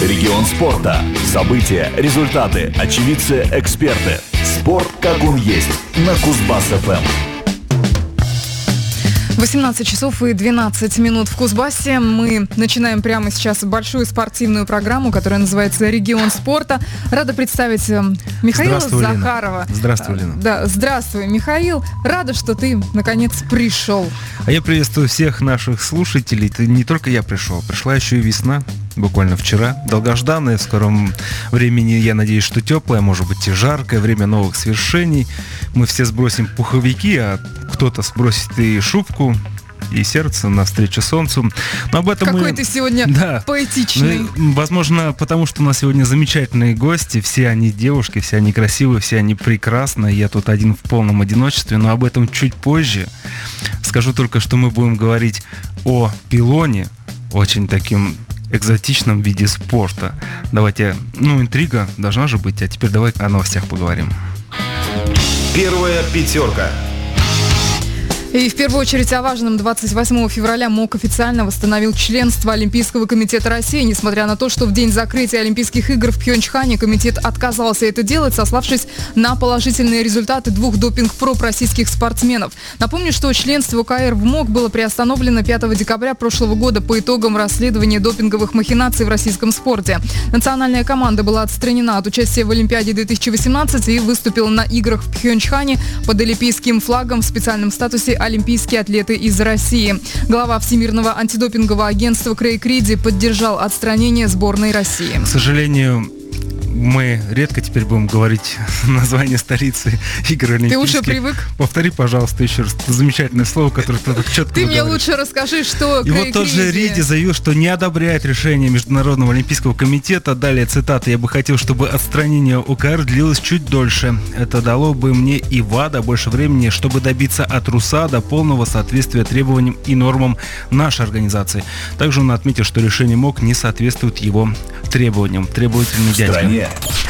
Регион спорта. События, результаты, очевидцы, эксперты. Спорт, как он есть, на Кузбасс-ФМ. 18 часов и 12 минут в Кузбассе. Мы начинаем прямо сейчас большую спортивную программу, которая называется «Регион спорта». Рада представить Михаила Захарова. Лена. Здравствуй, Лена. Да, здравствуй, Михаил. Рада, что ты, наконец, пришел. А я приветствую всех наших слушателей. Это не только я пришел. Пришла еще и весна. Буквально вчера. Долгожданное, в скором времени, я надеюсь, что теплое, может быть и жаркое, время новых свершений. Мы все сбросим пуховики, а кто-то сбросит и шубку, и сердце навстречу солнцу. Но об этом какой ты сегодня поэтичный. Возможно, потому что у нас сегодня замечательные гости. Все они девушки, все они красивые, все они прекрасные. Я тут один в полном одиночестве, но об этом чуть позже. Скажу только, что мы будем говорить о пилоне, очень таким экзотичном виде спорта. Давайте, интрига должна же быть, а теперь давай о новостях поговорим. Первая пятерка. И в первую очередь о важном. 28 февраля МОК официально восстановил членство Олимпийского комитета России, несмотря на то, что в день закрытия Олимпийских игр в Пхенчхане комитет отказался это делать, сославшись на положительные результаты 2 допинг-проб российских спортсменов. Напомню, что членство ОКР в МОК было приостановлено 5 декабря прошлого года по итогам расследования допинговых махинаций в российском спорте. Национальная команда была отстранена от участия в Олимпиаде 2018 и выступила на играх в Пхенчхане под олимпийским флагом в специальном статусе олимпийские атлеты из России. Глава Всемирного антидопингового агентства Крейг Риди поддержал отстранение сборной России. К сожалению, мы редко теперь будем говорить название столицы игр олимпийских. Ты уже привык? Повтори, пожалуйста, еще раз это замечательное слово, которое ты так четко Ты мне лучше расскажи, что И вот тот же Риди заявил, что не одобряет решение Международного олимпийского комитета. Далее цитата: «Я бы хотел, чтобы отстранение ОКР длилось чуть дольше. Это дало бы мне и ВАДА больше времени, чтобы добиться от РУСАДА полного соответствия требованиям и нормам нашей организации». Также он отметил, что решение МОК не соответствует его требованиям. Требовательный дядька.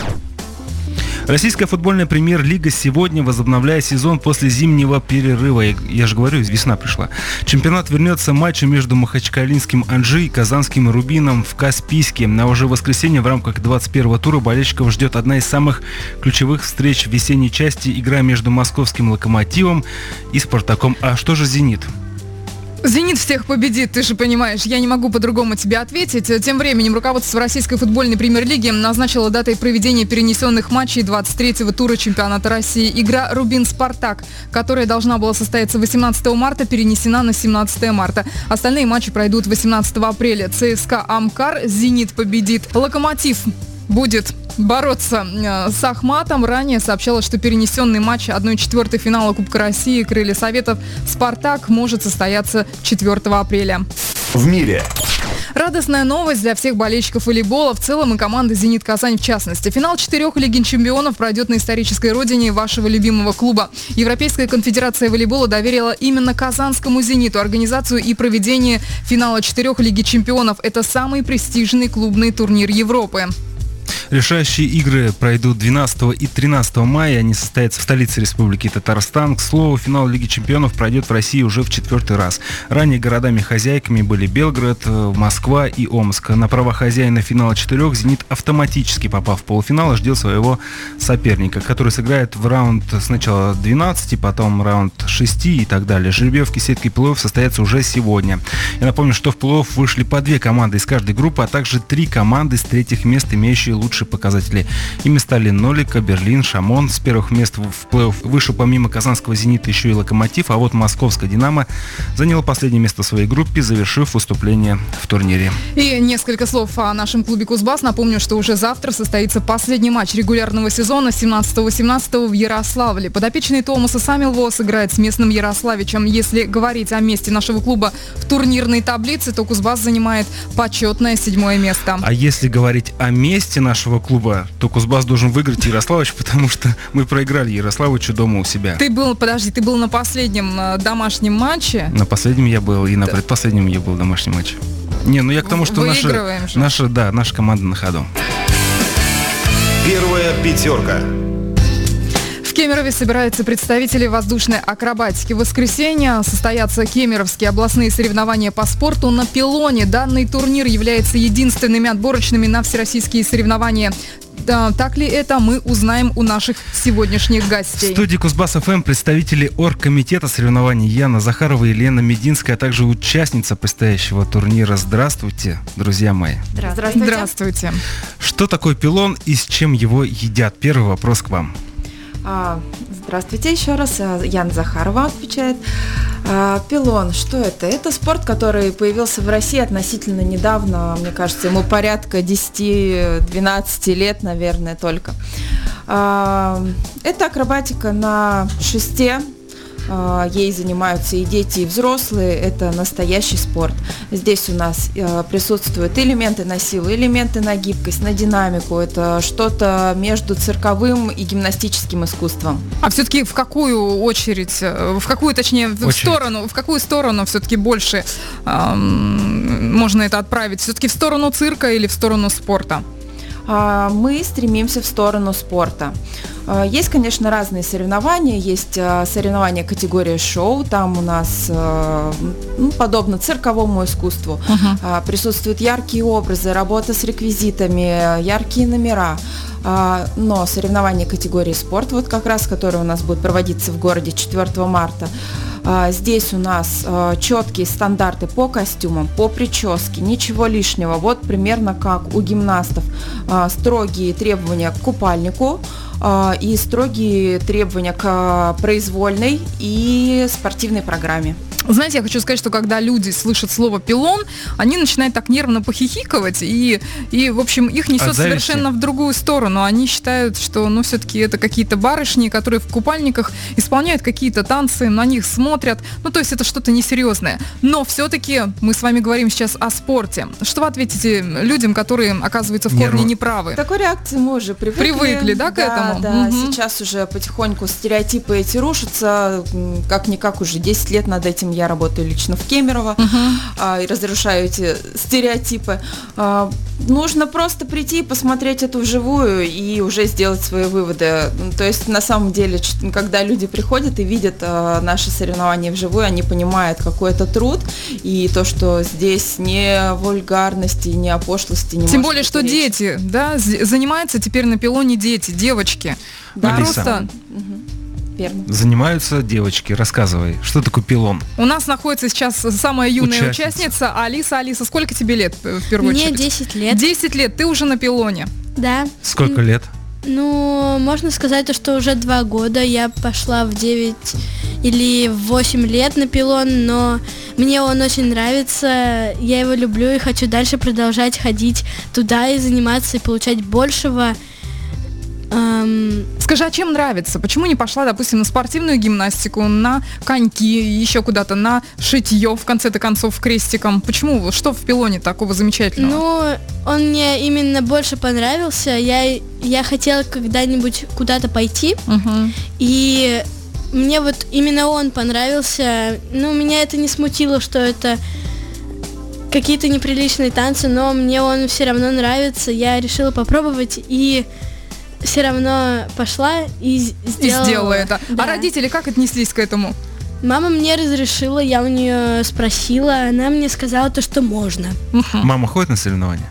Российская футбольная премьер-лига сегодня возобновляет сезон после зимнего перерыва. Я же говорю, весна пришла. Чемпионат вернется матчем между махачкалинским «Анжи» и казанским «Рубином» в Каспийске. На уже воскресенье в рамках 21-го тура болельщиков ждет одна из самых ключевых встреч в весенней части. Игра между московским «Локомотивом» и «Спартаком». А что же «Зенит»? «Зенит» всех победит, ты же понимаешь, я не могу по-другому тебе ответить. Тем временем руководство Российской футбольной премьер-лиги назначило датой проведения перенесенных матчей 23-го тура чемпионата России. Игра «Рубин-Спартак», которая должна была состояться 18 марта, перенесена на 17 марта. Остальные матчи пройдут 18 апреля. ЦСКА «Амкар», «Зенит» победит. «Локомотив» будет бороться с «Ахматом». Ранее сообщалось, что перенесенный матч 1/4 финала Кубка России «Крылья Советов» «Спартак» может состояться 4 апреля. В мире. Радостная новость для всех болельщиков волейбола в целом и команды «Зенит Казань» в частности. Финал 4 Лиги чемпионов пройдет на исторической родине вашего любимого клуба. Европейская конфедерация волейбола доверила именно казанскому «Зениту» организацию и проведение финала 4 Лиги чемпионов. Это самый престижный клубный турнир Европы. Решающие игры пройдут 12 и 13 мая. Они состоятся в столице Республики Татарстан. К слову, финал Лиги чемпионов пройдет в России уже в 4-й раз. Ранее городами-хозяйками были Белград, Москва и Омск. На правах хозяина финала 4 «Зенит», автоматически попав в полуфинал, ждет своего соперника, который сыграет в раунд сначала 12, потом раунд 6 и так далее. Жеребьевки сетки плей-офф состоятся уже сегодня. Я напомню, что в плей-офф вышли по 2 команды из каждой группы, а также 3 команды с 3-х мест, имеющие лучшие показатели. Ими стали Нолика, Берлин, Шамон. С первых мест в плей-офф вышел помимо казанского «Зенита» еще и «Локомотив», а вот московская «Динамо» заняла последнее место в своей группе, завершив выступление в турнире. И несколько слов о нашем клубе «Кузбасс». Напомню, что уже завтра состоится последний матч регулярного сезона 17-18 в Ярославле. Подопечный Томаса Самилво сыграет с местным Ярославичем. Если говорить о месте нашего клуба в турнирной таблице, то «Кузбасс» занимает почетное 7-е место. А если говорить о месте нашего клуба, то «Кузбасс» должен выиграть Ярославич, потому что мы проиграли Ярославичу дома у себя. Ты был на последнем домашнем матче? На последнем я был, и на предпоследнем я был в домашнем матче. Я к тому, что наша команда на ходу. Первая пятерка. В Кемерове собираются представители воздушной акробатики. В воскресенье состоятся кемеровские областные соревнования по спорту на пилоне. Данный турнир является единственными отборочными на всероссийские соревнования. Да, так ли это, мы узнаем у наших сегодняшних гостей. В студии Кузбасс-ФМ представители оргкомитета соревнований Яна Захарова и Лена Мединская, а также участница предстоящего турнира. Здравствуйте, друзья мои. Здравствуйте. Здравствуйте. Что такое пилон и с чем его едят? Первый вопрос к вам. Здравствуйте еще раз. Яна Захарова отвечает. Пилон, что это? Это спорт, который появился в России относительно недавно. Мне кажется, ему порядка 10-12 лет, наверное, только. Это акробатика на шесте. Ей занимаются и дети, и взрослые. Это настоящий спорт. Здесь у нас присутствуют элементы на силу, элементы на гибкость, на динамику. Это что-то между цирковым и гимнастическим искусством. А все-таки в какую очередь, в какую сторону все-таки больше можно это отправить? Все-таки в сторону цирка или в сторону спорта? Мы стремимся в сторону спорта. Есть, конечно, разные соревнования. Есть соревнования категории шоу. Там у нас, подобно цирковому искусству, присутствуют яркие образы, работа с реквизитами, яркие номера. Но соревнования категории спорт, вот как раз, которые у нас будут проводиться в городе 4 марта, здесь у нас четкие стандарты по костюмам, по прическе, ничего лишнего. Вот примерно как у гимнастов. Строгие требования к купальнику и строгие требования к произвольной и спортивной программе. Знаете, я хочу сказать, что когда люди слышат слово «пилон», они начинают так нервно похихикивать, и в общем, их несет совершенно в другую сторону. Они считают, что, все-таки это какие-то барышни, которые в купальниках исполняют какие-то танцы, на них смотрят. То есть это что-то несерьезное. Но все-таки мы с вами говорим сейчас о спорте. Что вы ответите людям, которые, оказывается, в корне неправы? К такой реакции мы уже привыкли. Привыкли, да, к этому? Да, сейчас уже потихоньку стереотипы эти рушатся. Как-никак уже 10 лет над этим я работаю лично в Кемерово и разрушаю эти стереотипы. Нужно просто прийти и посмотреть это вживую и уже сделать свои выводы. То есть на самом деле, когда люди приходят и видят наши соревнования вживую, они понимают, какой это труд, и то, что здесь не вульгарности, не пошлости. Тем более, что дети, да, занимаются теперь на пилоне дети, девочки. Да, просто... Занимаются девочки. Рассказывай, что такое пилон? У нас находится сейчас самая юная участница Алиса. Алиса, сколько тебе лет в первую очередь? Мне 10 лет. 10 лет, ты уже на пилоне? Да. Сколько лет? Можно сказать, что уже 2 года. Я пошла в 9 или в 8 лет на пилон, но мне он очень нравится. Я его люблю и хочу дальше продолжать ходить туда и заниматься, и получать большего. Скажи, а чем нравится? Почему не пошла, допустим, на спортивную гимнастику, на коньки, еще куда-то, на шитье, в конце-то концов, крестиком? Почему? Что в пилоне такого замечательного? Он мне именно больше понравился. Я хотела когда-нибудь куда-то пойти, и мне вот именно он понравился. Меня это не смутило, что это какие-то неприличные танцы, но мне он все равно нравится. Я решила попробовать и все равно пошла и сделала это. Да. А родители как отнеслись к этому? Мама мне разрешила, я у нее спросила, она мне сказала, что можно. Мама ходит на соревнования?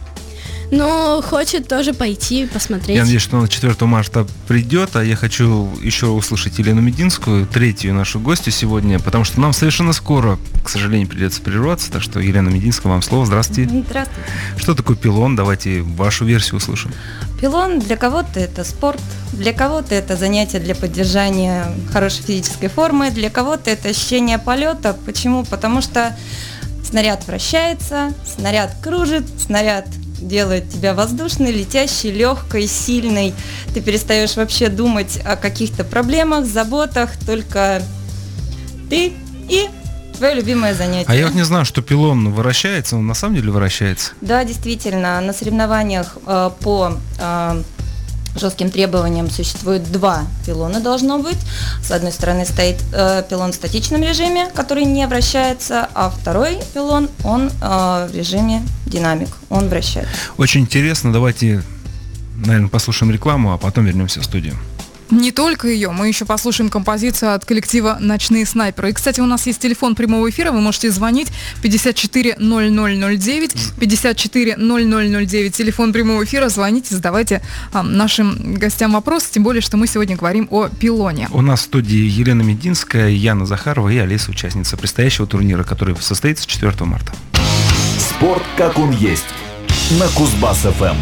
Хочет тоже пойти посмотреть. Я надеюсь, что она 4 марта придет, а я хочу еще услышать Елену Мединскую, третью нашу гостью сегодня, потому что нам совершенно скоро, к сожалению, придется прерваться, так что, Елена Мединская, вам слово. Здравствуйте. Здравствуйте. Что такое пилон? Давайте вашу версию услышим. Пилон для кого-то это спорт, для кого-то это занятие для поддержания хорошей физической формы, для кого-то это ощущение полета. Почему? Потому что снаряд вращается, снаряд кружит, снаряд делает тебя воздушной, летящей, легкой, сильной. Ты перестаешь вообще думать о каких-то проблемах, заботах, только ты и твое любимое занятие. А я вот не знаю, что пилон вращается, он на самом деле вращается? Да, действительно, на соревнованиях по жестким требованиям существует 2 пилона должно быть. С одной стороны стоит пилон в статичном режиме, который не вращается, а второй пилон, он в режиме динамик, он вращается. Очень интересно, давайте, наверное, послушаем рекламу, а потом вернемся в студию. Не только ее, мы еще послушаем композицию от коллектива «Ночные снайперы». И, кстати, у нас есть телефон прямого эфира, вы можете звонить 540009, 540009, телефон прямого эфира, звоните, задавайте нашим гостям вопросы, тем более, что мы сегодня говорим о пилоне. У нас в студии Елена Мединская, Яна Захарова и Алиса, участница предстоящего турнира, который состоится 4 марта. Спорт как он есть на Кузбасс-ФМ.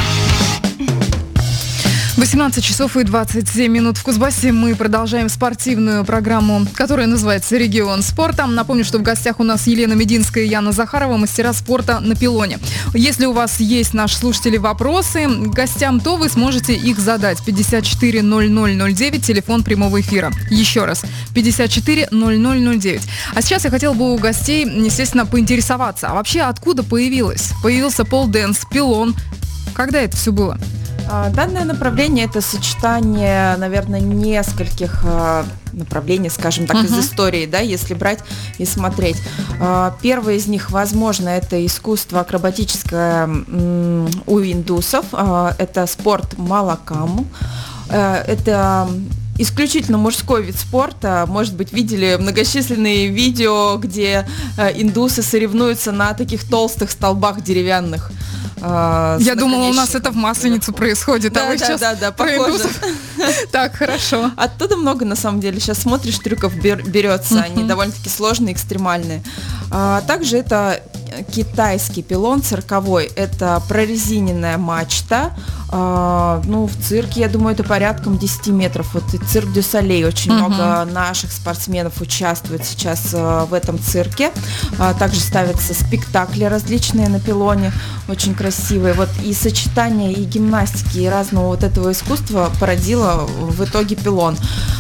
18 часов и 27 минут в Кузбассе. Мы продолжаем спортивную программу, которая называется «Регион спорта». Напомню, что в гостях у нас Елена Мединская и Яна Захарова, мастера спорта на пилоне. Если у вас есть, наши слушатели, вопросы к гостям, то вы сможете их задать. 540009, телефон прямого эфира. Еще раз, 540009. А сейчас я хотела бы у гостей, естественно, поинтересоваться. А вообще откуда появился полденс, пилон? Когда это все было? Данное направление – это сочетание, наверное, нескольких направлений, скажем так, из истории, да, если брать и смотреть. Первое из них, возможно, это искусство акробатическое у индусов, это спорт малакам, это исключительно мужской вид спорта. Может быть, видели многочисленные видео, где индусы соревнуются на таких толстых столбах деревянных. Я думала, у нас это в Масленицу происходит, а вы сейчас про индусов. Так, хорошо. Оттуда много, на самом деле. Сейчас смотришь, трюков берется. Они довольно-таки сложные, экстремальные. Также это китайский пилон цирковой. Это прорезиненная мачта. В цирке, я думаю, это порядком 10 метров. Вот и цирк Дю Солей. Очень много наших спортсменов участвует сейчас в этом цирке. Также ставятся спектакли различные на пилоне. Очень красивые. Вот и сочетание и гимнастики, и разного вот этого искусства породило в итоге пилон.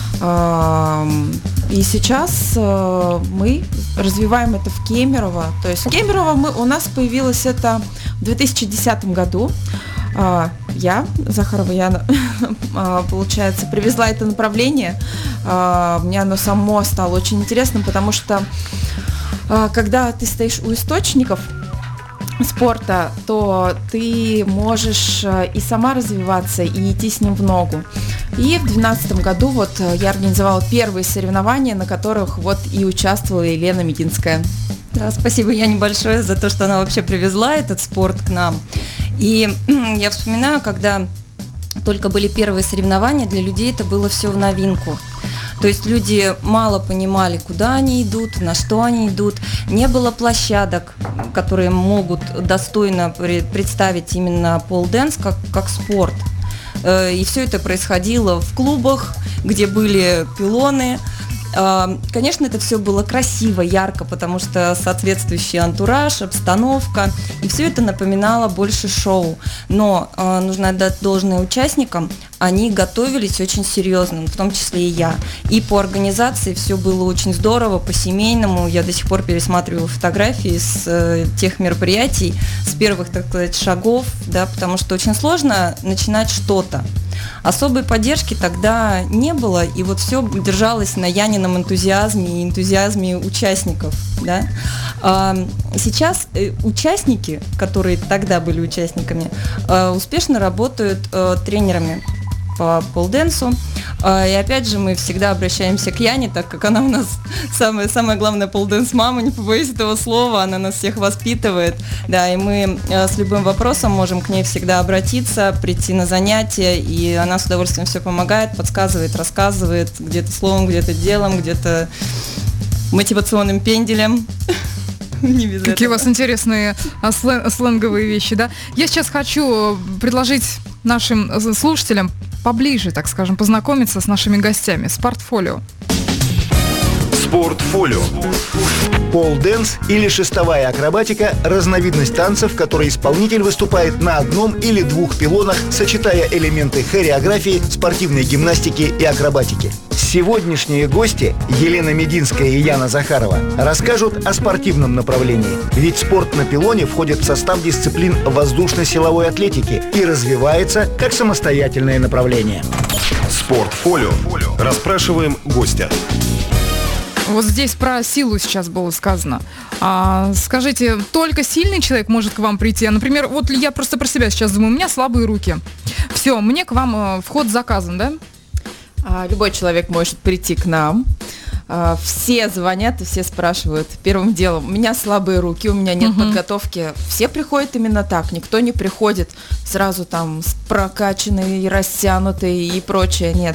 И сейчас мы развиваем это в Кемерово. То есть в Кемерово у нас появилось это в 2010 году. Я, Захарова Яна, получается, привезла это направление. Мне оно само стало очень интересным, потому что когда ты стоишь у источников спорта, то ты можешь и сама развиваться, и идти с ним в ногу. И в 2012 году вот я организовала первые соревнования, на которых вот и участвовала Елена Мединская. Да, спасибо Яне большое за то, что она вообще привезла этот спорт к нам. И я вспоминаю, когда только были первые соревнования, для людей это было все в новинку. То есть люди мало понимали, куда они идут, на что они идут. Не было площадок, которые могут достойно представить именно полденс как спорт. И все это происходило в клубах, где были пилоны. Конечно, это все было красиво, ярко, потому что соответствующий антураж, обстановка, и все это напоминало больше шоу. Но нужно отдать должное участникам, они готовились очень серьезно, в том числе и я. И по организации все было очень здорово, по-семейному. Я до сих пор пересматриваю фотографии с тех мероприятий, с первых, так сказать, шагов, да, потому что очень сложно начинать что-то. Особой поддержки тогда не было, и вот все держалось на Янином энтузиазме и энтузиазме участников. Да? Сейчас участники, которые тогда были участниками, успешно работают тренерами по полденсу. И опять же мы всегда обращаемся к Яне, так как она у нас самая главная полденс-мама, не побоюсь этого слова, она нас всех воспитывает. Да, и мы с любым вопросом можем к ней всегда обратиться, прийти на занятия, и она с удовольствием все помогает, подсказывает, рассказывает, где-то словом, где-то делом, где-то мотивационным пенделем. Какие у вас интересные сленговые вещи, да? Я сейчас хочу предложить нашим слушателям поближе, так скажем, познакомиться с нашими гостями. Спортфолио. Спортфолио. Полденс или шестовая акробатика – разновидность танца, в которой исполнитель выступает на одном или двух пилонах, сочетая элементы хореографии, спортивной гимнастики и акробатики. Сегодняшние гости Елена Мединская и Яна Захарова расскажут о спортивном направлении. Ведь спорт на пилоне входит в состав дисциплин воздушно-силовой атлетики и развивается как самостоятельное направление. Спортфолио. Расспрашиваем гостя. Вот здесь про силу сейчас было сказано. Скажите, только сильный человек может к вам прийти? Например, вот я просто про себя сейчас думаю, у меня слабые руки. Все, мне к вам вход заказан, да? Любой человек может прийти к нам. Все звонят и все спрашивают первым делом: у меня слабые руки, у меня нет подготовки. Все приходят именно так, никто не приходит сразу там с прокачанной, растянутой и прочее, нет.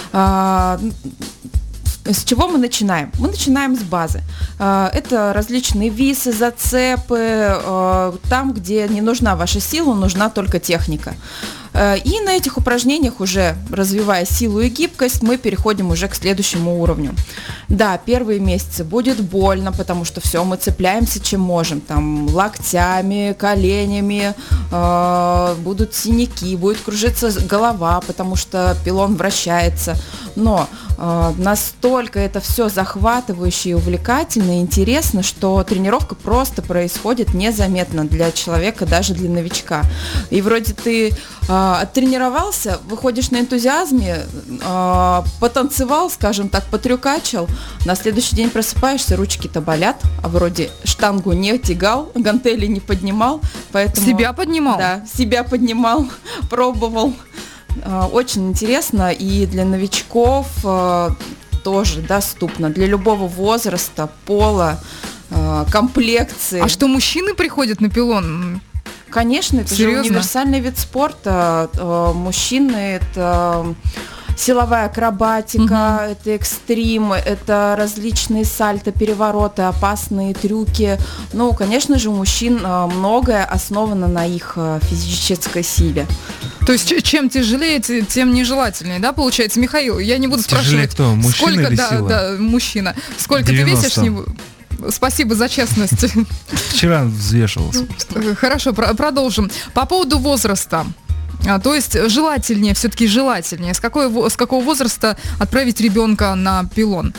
С чего мы начинаем? Мы начинаем с базы. Это различные висы, зацепы, там, где не нужна ваша сила, нужна только техника. И на этих упражнениях, уже развивая силу и гибкость, мы переходим уже к следующему уровню. Да, первые месяцы будет больно, потому что все, мы цепляемся чем можем. Там локтями, коленями, будут синяки, будет кружиться голова, потому что пилон вращается. Но настолько это все захватывающе и увлекательно, и интересно, что тренировка просто происходит незаметно для человека, даже для новичка. И вроде ты оттренировался, выходишь на энтузиазме, потанцевал, скажем так, потрюкачил, на следующий день просыпаешься, ручки-то болят, а вроде штангу не тягал, гантели не поднимал, поэтому... Себя поднимал? Да, себя поднимал, пробовал. Очень интересно, и для новичков тоже доступно, для любого возраста, пола, комплекции. А что, мужчины приходят на пилон? Конечно, это Серьезно? же универсальный вид спорта. Мужчины — это силовая акробатика, это экстрим, это различные сальто, перевороты, опасные трюки. Ну, конечно же, у мужчин многое основано на их физической силе. То есть чем тяжелее, тем нежелательнее, да, получается? Михаил, я не буду Тяжелее спрашивать, кто, мужчина сколько, или да, сила? да, мужчина, сколько 90. ты весишь? Спасибо за честность. Вчера взвешивался. Хорошо, продолжим. По поводу возраста. То есть желательнее, все-таки желательнее, с какого возраста отправить ребенка на пилон?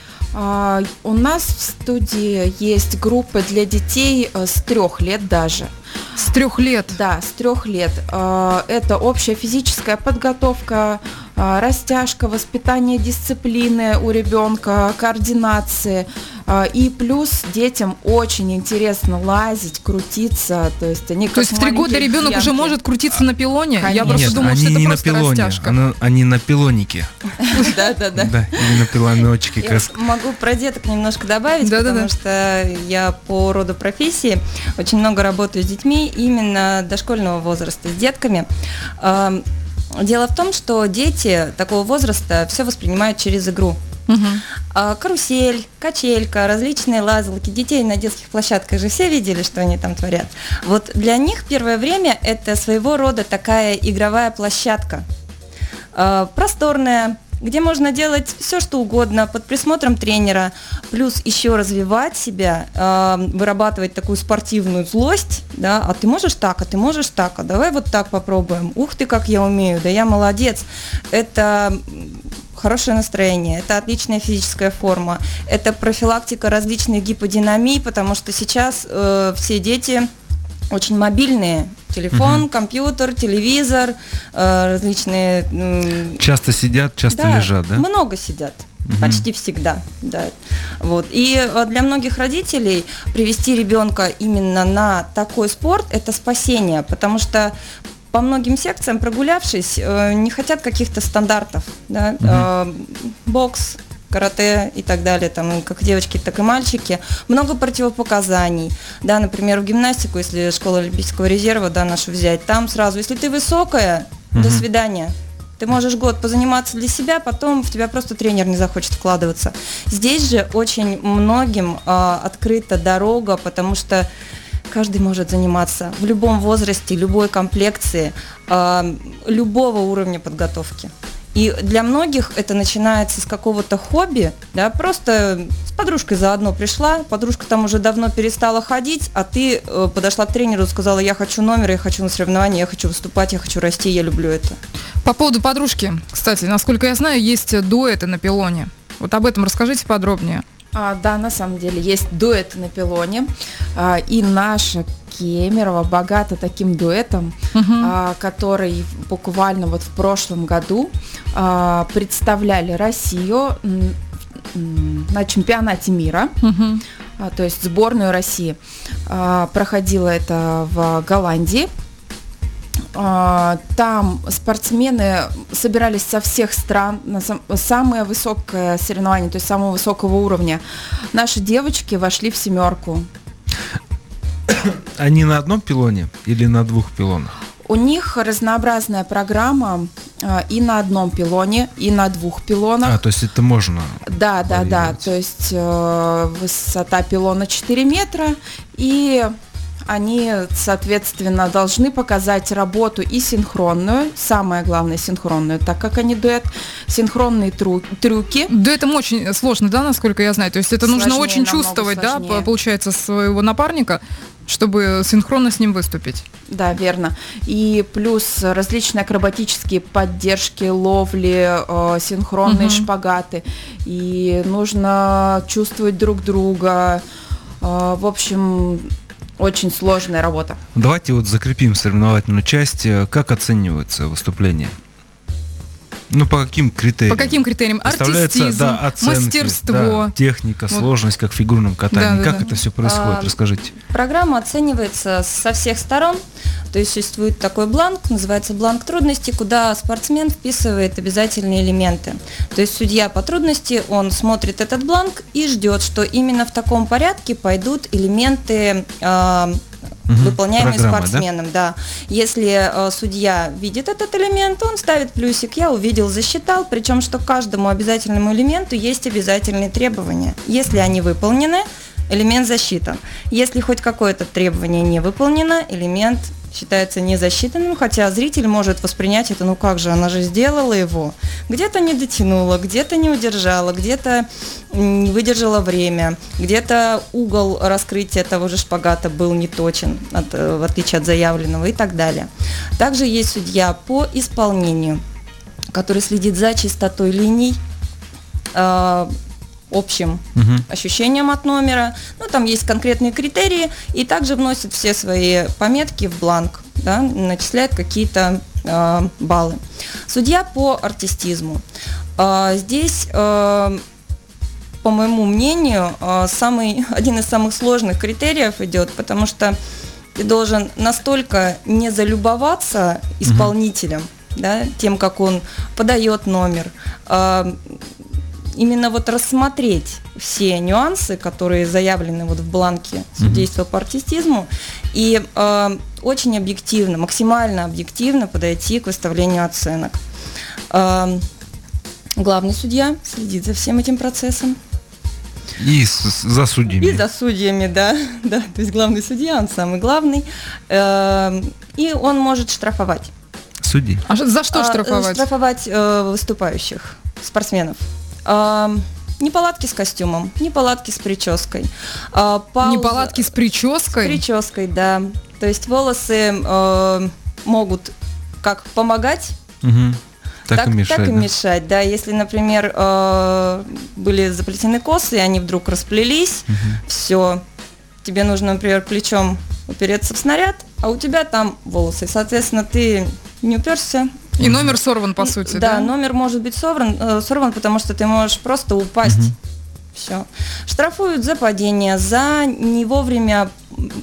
У нас в студии есть группы для детей с 3 лет даже. С 3 лет? Да, с 3 лет. Это общая физическая подготовка, растяжка, воспитание дисциплины у ребенка, координации. И плюс детям очень интересно лазить, крутиться. То есть они в 3 года ребенок уже может крутиться на пилоне? Конечно. Я просто думала, что это не просто на пилоне, растяжка. они на пилонике. Да. Да, или на пилоночке. Я могу про деток немножко добавить, потому что я по роду профессии очень много работаю с детьми именно дошкольного возраста, с детками. Дело в том, что дети такого возраста все воспринимают через игру. Карусель, качелька, различные лазалки. Детей на детских площадках же все видели, что они там творят. Вот для них первое время это своего рода такая игровая площадка. Просторная, где можно делать все, что угодно, под присмотром тренера, плюс еще развивать себя, вырабатывать такую спортивную злость, да, а ты можешь так, а давай вот так попробуем, ух ты, как я умею, да я молодец, это хорошее настроение, это отличная физическая форма, это профилактика различных гиподинамий, потому что сейчас все дети очень мобильные. Телефон, компьютер, телевизор, различные... Часто сидят, часто лежат, да? Много сидят. Почти всегда, да. Вот. И для многих родителей привести ребенка именно на такой спорт – это спасение, потому что по многим секциям, прогулявшись, не хотят каких-то стандартов, да? Бокс, карате и так далее, там как девочки, так и мальчики, много противопоказаний, да, например, в гимнастику, если школа Олимпийского резерва, да, нашу взять, там сразу, если ты высокая, до свидания. Ты можешь год позаниматься для себя, потом в тебя просто тренер не захочет вкладываться. Здесь же очень многим открыта дорога, потому что каждый может заниматься в любом возрасте, любой комплекции, любого уровня подготовки. И для многих это начинается с какого-то хобби, да, просто с подружкой заодно пришла, подружка там уже давно перестала ходить, а ты подошла к тренеру и сказала: я хочу номер, я хочу на соревнования, я хочу выступать, я хочу расти, я люблю это. По поводу подружки, кстати, насколько я знаю, есть дуэты на пилоне. Вот об этом расскажите подробнее. Да, на самом деле есть дуэты на пилоне, и наша Кемерово богата таким дуэтом, который буквально вот в прошлом году представляли Россию на чемпионате мира, то есть сборную России. Проходило это в Голландии. Там спортсмены собирались со всех стран на самое высокое соревнование, то есть самого высокого уровня. Наши девочки вошли в 7. Они на одном пилоне или на 2 пилонах? У них разнообразная программа и на одном пилоне, и на 2 пилонах. То есть это можно? Да. То есть высота пилона 4 метра, и они, соответственно, должны показать работу и синхронную, самое главное синхронную, так как они дуэт, синхронные трюки. Дуэтом очень сложно, да, насколько я знаю? То есть это нужно очень чувствовать, да, получается, своего напарника, чтобы синхронно с ним выступить. Да, верно. И плюс различные акробатические поддержки, ловли, синхронные шпагаты. И нужно чувствовать друг друга. В общем, очень сложная работа. Давайте вот закрепим соревновательную часть. Как оцениваются выступления? По каким критериям? По каким критериям? Артистизм, оценки, мастерство. Техника, сложность, как в фигурном катании. Как это все происходит? Расскажите. Программа оценивается со всех сторон. То есть существует такой бланк, называется бланк трудностей, куда спортсмен вписывает обязательные элементы. То есть судья по трудности, он смотрит этот бланк и ждет, что именно в таком порядке пойдут элементы, выполняемые спортсменом. Да? Если судья видит этот элемент, он ставит плюсик, я увидел, засчитал, причем что к каждому обязательному элементу есть обязательные требования. Если они выполнены, элемент засчитан. Если хоть какое-то требование не выполнено, элемент считается незасчитанным, хотя зритель может воспринять это, как же, она же сделала его. Где-то не дотянула, где-то не удержала, где-то не выдержала время, где-то угол раскрытия того же шпагата был не точен, в отличие от заявленного и так далее. Также есть судья по исполнению, который следит за чистотой линий, общим ощущением от номера. Там есть конкретные критерии, и также вносит все свои пометки в бланк, да, начисляет какие-то баллы. Судья по артистизму. Здесь, по моему мнению, один из самых сложных критериев идет, потому что ты должен настолько не залюбоваться исполнителем, да, тем, как он подает номер, именно рассмотреть все нюансы, которые заявлены в бланке судейства по артистизму, и очень объективно, максимально объективно подойти к выставлению оценок. Главный судья следит за всем этим процессом. И за судьями. И за судьями, да. То есть главный судья, он самый главный, и он может штрафовать. Судьи. А за что штрафовать? Штрафовать выступающих спортсменов. Неполадки с костюмом, неполадки с прической. Неполадки с прической? С прической, да. То есть волосы могут как помогать, так и мешать. Да. Если, например, были заплетены косы, и они вдруг расплелись, все, тебе нужно, например, плечом упереться в снаряд, а у тебя там волосы. Соответственно, ты не уперся. И номер сорван, по сути, да? Да, номер может быть сорван, потому что ты можешь просто упасть. Все. Штрафуют за падение, за не вовремя,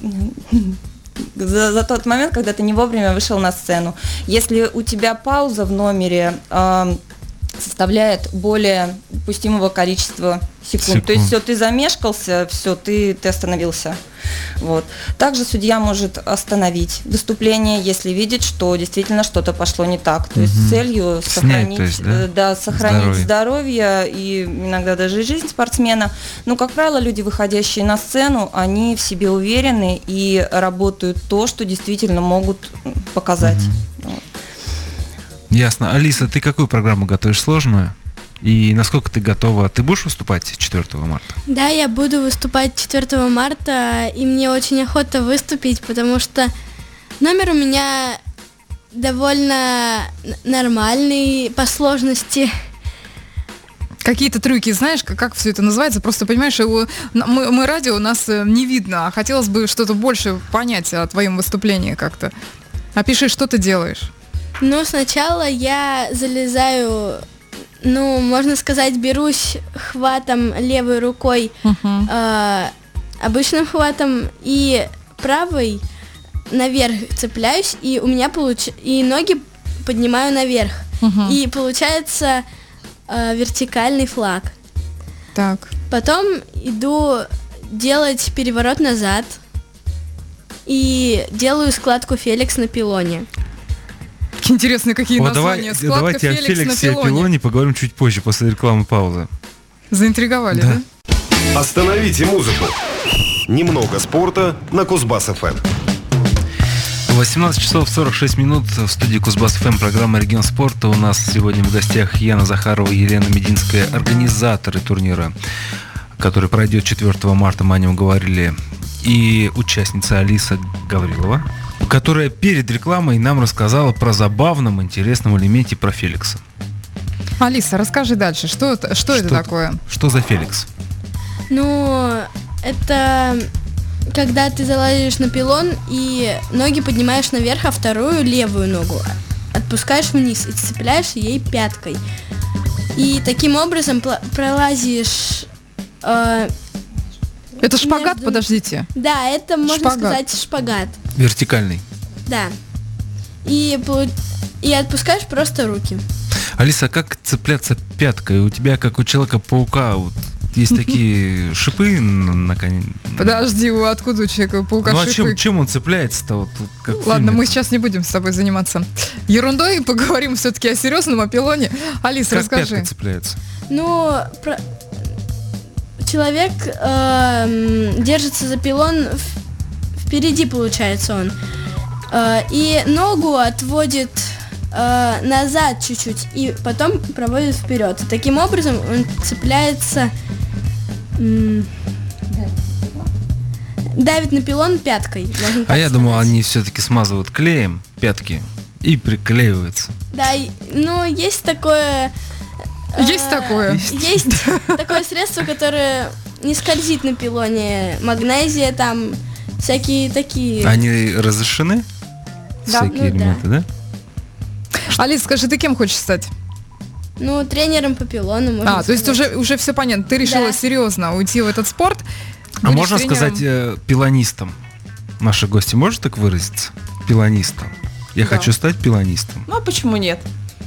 за тот момент, когда ты не вовремя вышел на сцену. Если у тебя пауза в номере составляет более допустимого количества секунд. То есть все, ты замешкался, все, ты остановился. Вот. Также судья может остановить выступление, если видит, что действительно что-то пошло не так. То есть с целью сохранить, сохранить здоровье и иногда даже жизнь спортсмена. Но, как правило, люди, выходящие на сцену, они в себе уверены и работают то, что действительно могут показать. Вот. Ясно. Алиса, ты какую программу готовишь, сложную? И насколько ты готова? Ты будешь выступать 4 марта? Да, я буду выступать 4 марта, и мне очень охота выступить, потому что номер у меня довольно нормальный по сложности. Какие-то трюки, знаешь, как все это называется? Просто, понимаешь, мы радио, у нас не видно, а хотелось бы что-то больше понять о твоем выступлении как-то. Опиши, что ты делаешь. Ну, сначала я залезаю, можно сказать, берусь хватом левой рукой, обычным хватом, и правой наверх цепляюсь, и у меня и ноги поднимаю наверх. И получается вертикальный флаг. Так. Потом иду делать переворот назад и делаю складку Феликс на пилоне. Интересные какие названия. Давайте о Феликсе и пилоне поговорим чуть позже, после рекламы паузы. Заинтриговали, да? Остановите музыку. Немного спорта на Кузбасс-ФМ. 18 часов 46 минут в студии Кузбасс-ФМ, программа «Регион спорта». У нас сегодня в гостях Яна Захарова и Елена Мединская, организаторы турнира, который пройдет 4 марта, мы о нем говорили, и участница Алиса Гаврилова, которая перед рекламой нам рассказала про забавном, интересном элементе про Феликса. Алиса, расскажи дальше, что это такое? Что за Феликс? Ну, это когда ты залазишь на пилон и ноги поднимаешь наверх, а вторую левую ногу отпускаешь вниз и цепляешь ей пяткой. И таким образом пролазишь... Это шпагат, подождите. Да, это можно сказать шпагат. Вертикальный. Да. И отпускаешь просто руки. Алиса, а как цепляться пяткой? У тебя, как у Человека-паука, вот есть такие шипы на коне. Подожди, откуда у Человека-паука шипы? Ну а чем он цепляется-то? Вот, как ладно, мы сейчас не будем с тобой заниматься ерундой, поговорим все-таки о серьезном, о пилоне. Алиса, как расскажи. Как пятка цепляется? Ну, человек держится за пилон впереди, получается он. И ногу отводит назад чуть-чуть и потом проводит вперед. И таким образом он цепляется, давит на пилон пяткой. А я думал, они все-таки смазывают клеем пятки и приклеиваются. Да, ну есть такое... Есть такое? Есть такое средство, которое не скользит на пилоне. Магнезия, там всякие такие. Они разрешены? Да. Всякие элементы, да? Алис, скажи, ты кем хочешь стать? Ну, тренером по пилону, можно сказать. То есть уже все понятно. Ты решила серьезно уйти в этот спорт. А можно сказать пилонистом? Наши гости может так выразиться? Пилонистом. Я хочу стать пилонистом. Ну, а почему нет?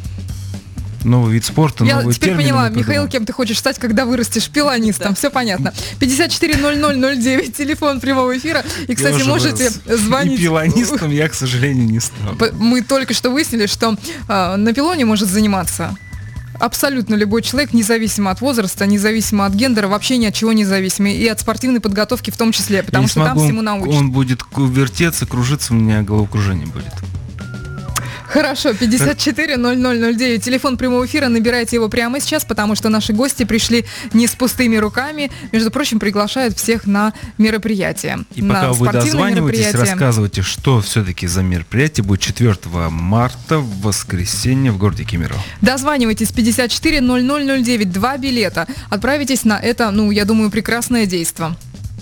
Новый вид спорта, новый термин. Я теперь поняла, Михаил, кем ты хочешь стать, когда вырастешь пилонистом. Да. Все понятно. 540009, телефон прямого эфира. И, кстати, можете звонить. И пилонистом я, к сожалению, не стал. Мы только что выяснили, что на пилоне может заниматься абсолютно любой человек, независимо от возраста, независимо от гендера, вообще ни от чего независимо. И от спортивной подготовки в том числе, потому что там всему научат. Он будет вертеться, кружиться, у меня головокружение будет. Хорошо, 540009, телефон прямого эфира, набирайте его прямо сейчас, потому что наши гости пришли не с пустыми руками, между прочим, приглашают всех на мероприятие. И пока вы дозваниваетесь, рассказывайте, что все-таки за мероприятие будет 4 марта в воскресенье в городе Кемерово. Дозванивайтесь, 540009, 2 билета, отправитесь на это, я думаю, прекрасное действо.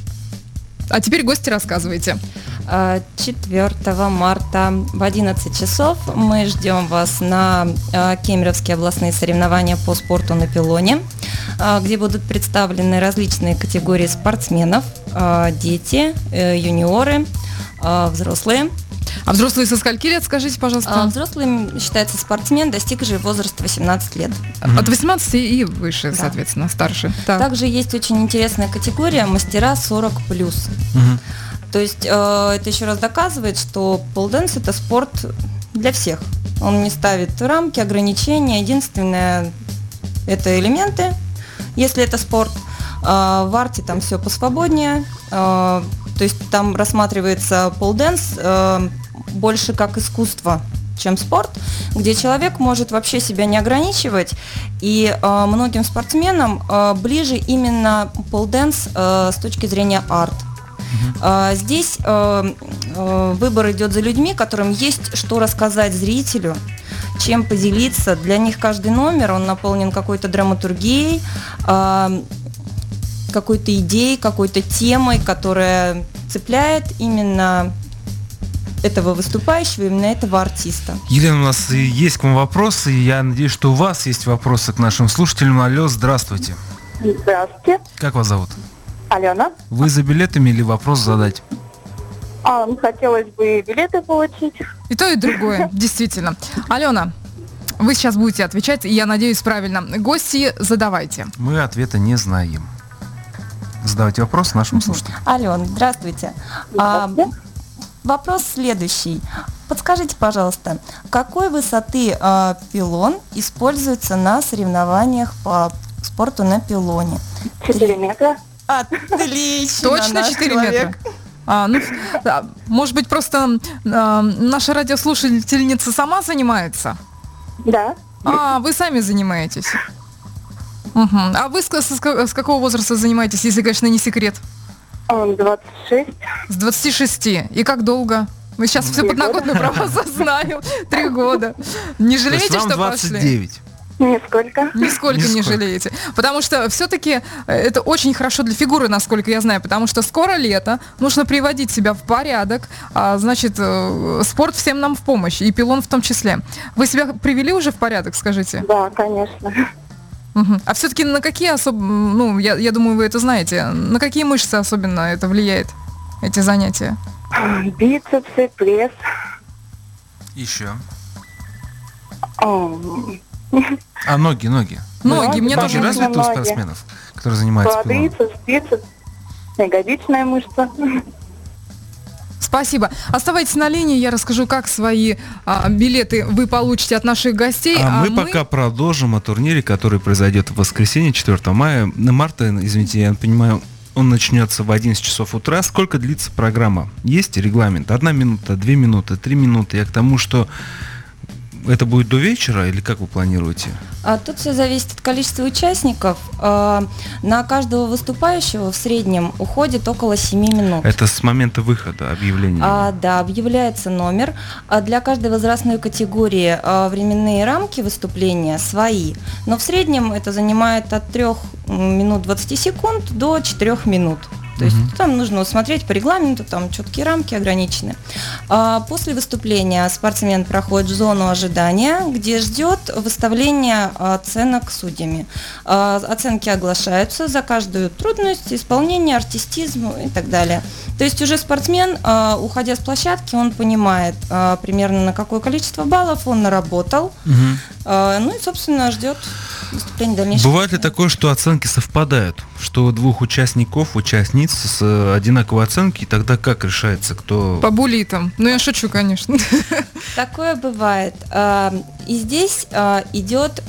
А теперь, гости, рассказывайте. 4 марта в 11 часов мы ждем вас на Кемеровские областные соревнования по спорту на пилоне, где будут представлены различные категории спортсменов, дети, юниоры, взрослые. А взрослые со скольки лет, скажите, пожалуйста? Взрослым считается спортсмен, достигший возраста 18 лет. От 18 и выше, соответственно, старше. Так. Также есть очень интересная категория мастера 40+. То есть это еще раз доказывает, что полденс это спорт для всех. Он не ставит рамки, ограничения. Единственное, это элементы, если это спорт. В арте там все посвободнее. То есть там рассматривается полденс больше как искусство, чем спорт, где человек может вообще себя не ограничивать. И многим спортсменам ближе именно полденс с точки зрения арт. Здесь выбор идет за людьми, которым есть что рассказать зрителю, чем поделиться. Для них каждый номер, он наполнен какой-то драматургией, какой-то идеей, какой-то темой, которая цепляет именно этого выступающего, именно этого артиста. Елена, у нас есть к вам вопросы, и я надеюсь, что у вас есть вопросы к нашим слушателям. Алло, здравствуйте. Здравствуйте. Как вас зовут? Алена. Вы за билетами или вопрос задать? Хотелось бы билеты получить. И то, и другое, действительно. Алена, вы сейчас будете отвечать, и я надеюсь, правильно. Гости, задавайте. Мы ответа не знаем. Задавайте вопрос нашим слушателям. Алена, здравствуйте. Вопрос следующий. Подскажите, пожалуйста, какой высоты пилон используется на соревнованиях по спорту на пилоне? 4 метра. Отлично! Точно 4 метра? Может быть, просто наша радиослушательница сама занимается? Да. Вы сами занимаетесь? Угу. А вы с какого возраста занимаетесь, если, конечно, не секрет? 26. С 26. И как долго? Мы сейчас все подноготно про вас знаем. 3 года. Не жалеете, что 29. пошли? Нисколько. Нисколько не жалеете. Потому что все-таки это очень хорошо для фигуры, насколько я знаю. Потому что скоро лето, нужно приводить себя в порядок. Значит, спорт всем нам в помощь. И пилон в том числе. Вы себя привели уже в порядок, скажите? Да, конечно. Угу. А все-таки на какие особо, я думаю, вы это знаете, на какие мышцы особенно это влияет, эти занятия? Бицепсы, пресс. Еще. Ноги. Ноги, мне ноги тоже развиты у спортсменов, которые занимаются пилоном? Квадрицепс, бицепс, ягодичная мышца. Спасибо. Оставайтесь на линии, я расскажу, как свои билеты вы получите от наших гостей. Мы пока продолжим о турнире, который произойдет в воскресенье, 4 марта, извините, я понимаю, он начнется в 11 часов утра. Сколько длится программа? Есть регламент? 1 минута, 2 минуты, 3 минуты. Я к тому, что это будет до вечера или как вы планируете? Тут все зависит от количества участников. На каждого выступающего в среднем уходит около 7 минут. Это с момента выхода объявления? Да, объявляется номер. Для каждой возрастной категории временные рамки выступления свои. Но в среднем это занимает от 3 минут 20 секунд до 4 минут. То есть там нужно смотреть по регламенту, там четкие рамки ограничены. После выступления спортсмен проходит в зону ожидания, где ждет выставления оценок судьями. Оценки оглашаются за каждую трудность, исполнение, артистизм и так далее. То есть уже спортсмен, уходя с площадки, он понимает примерно на какое количество баллов он наработал, ну и, собственно, ждет выступления дальнейшего. Бывает ли такое, что оценки совпадают, что у 2 участниц с одинаковой оценки, и тогда как решается, кто... По буллитам. Я шучу, конечно. Такое бывает. И здесь идет...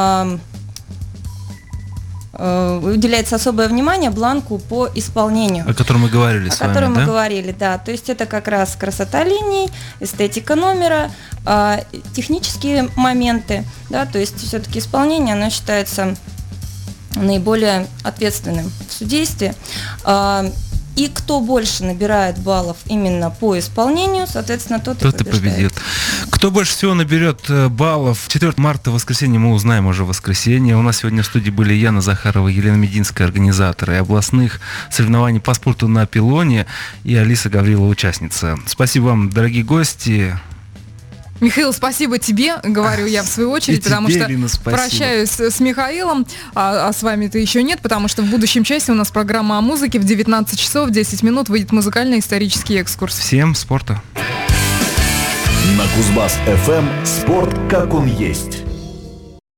уделяется особое внимание бланку по исполнению. О котором мы говорили с вами, О котором мы говорили, да. То есть это как раз красота линий, эстетика номера, технические моменты, да, то есть все-таки исполнение, оно считается наиболее ответственным в судействе. И кто больше набирает баллов именно по исполнению, соответственно, тот и победит. Кто больше всего наберет баллов 4 марта, воскресенье, мы узнаем уже в воскресенье. У нас сегодня в студии были Яна Захарова, Елена Мединская, организаторы областных соревнований по спорту на пилоне, и Алиса Гаврилова, участница. Спасибо вам, дорогие гости. Михаил, спасибо тебе, говорю я в свою очередь, потому тебе, что Ирина, прощаюсь с Михаилом, а с вами-то еще нет, потому что в будущем часе у нас программа о музыке. В 19 часов 10 минут выйдет музыкально-исторический экскурс. Всем спорта. На Кузбасс-ФМ спорт как он есть.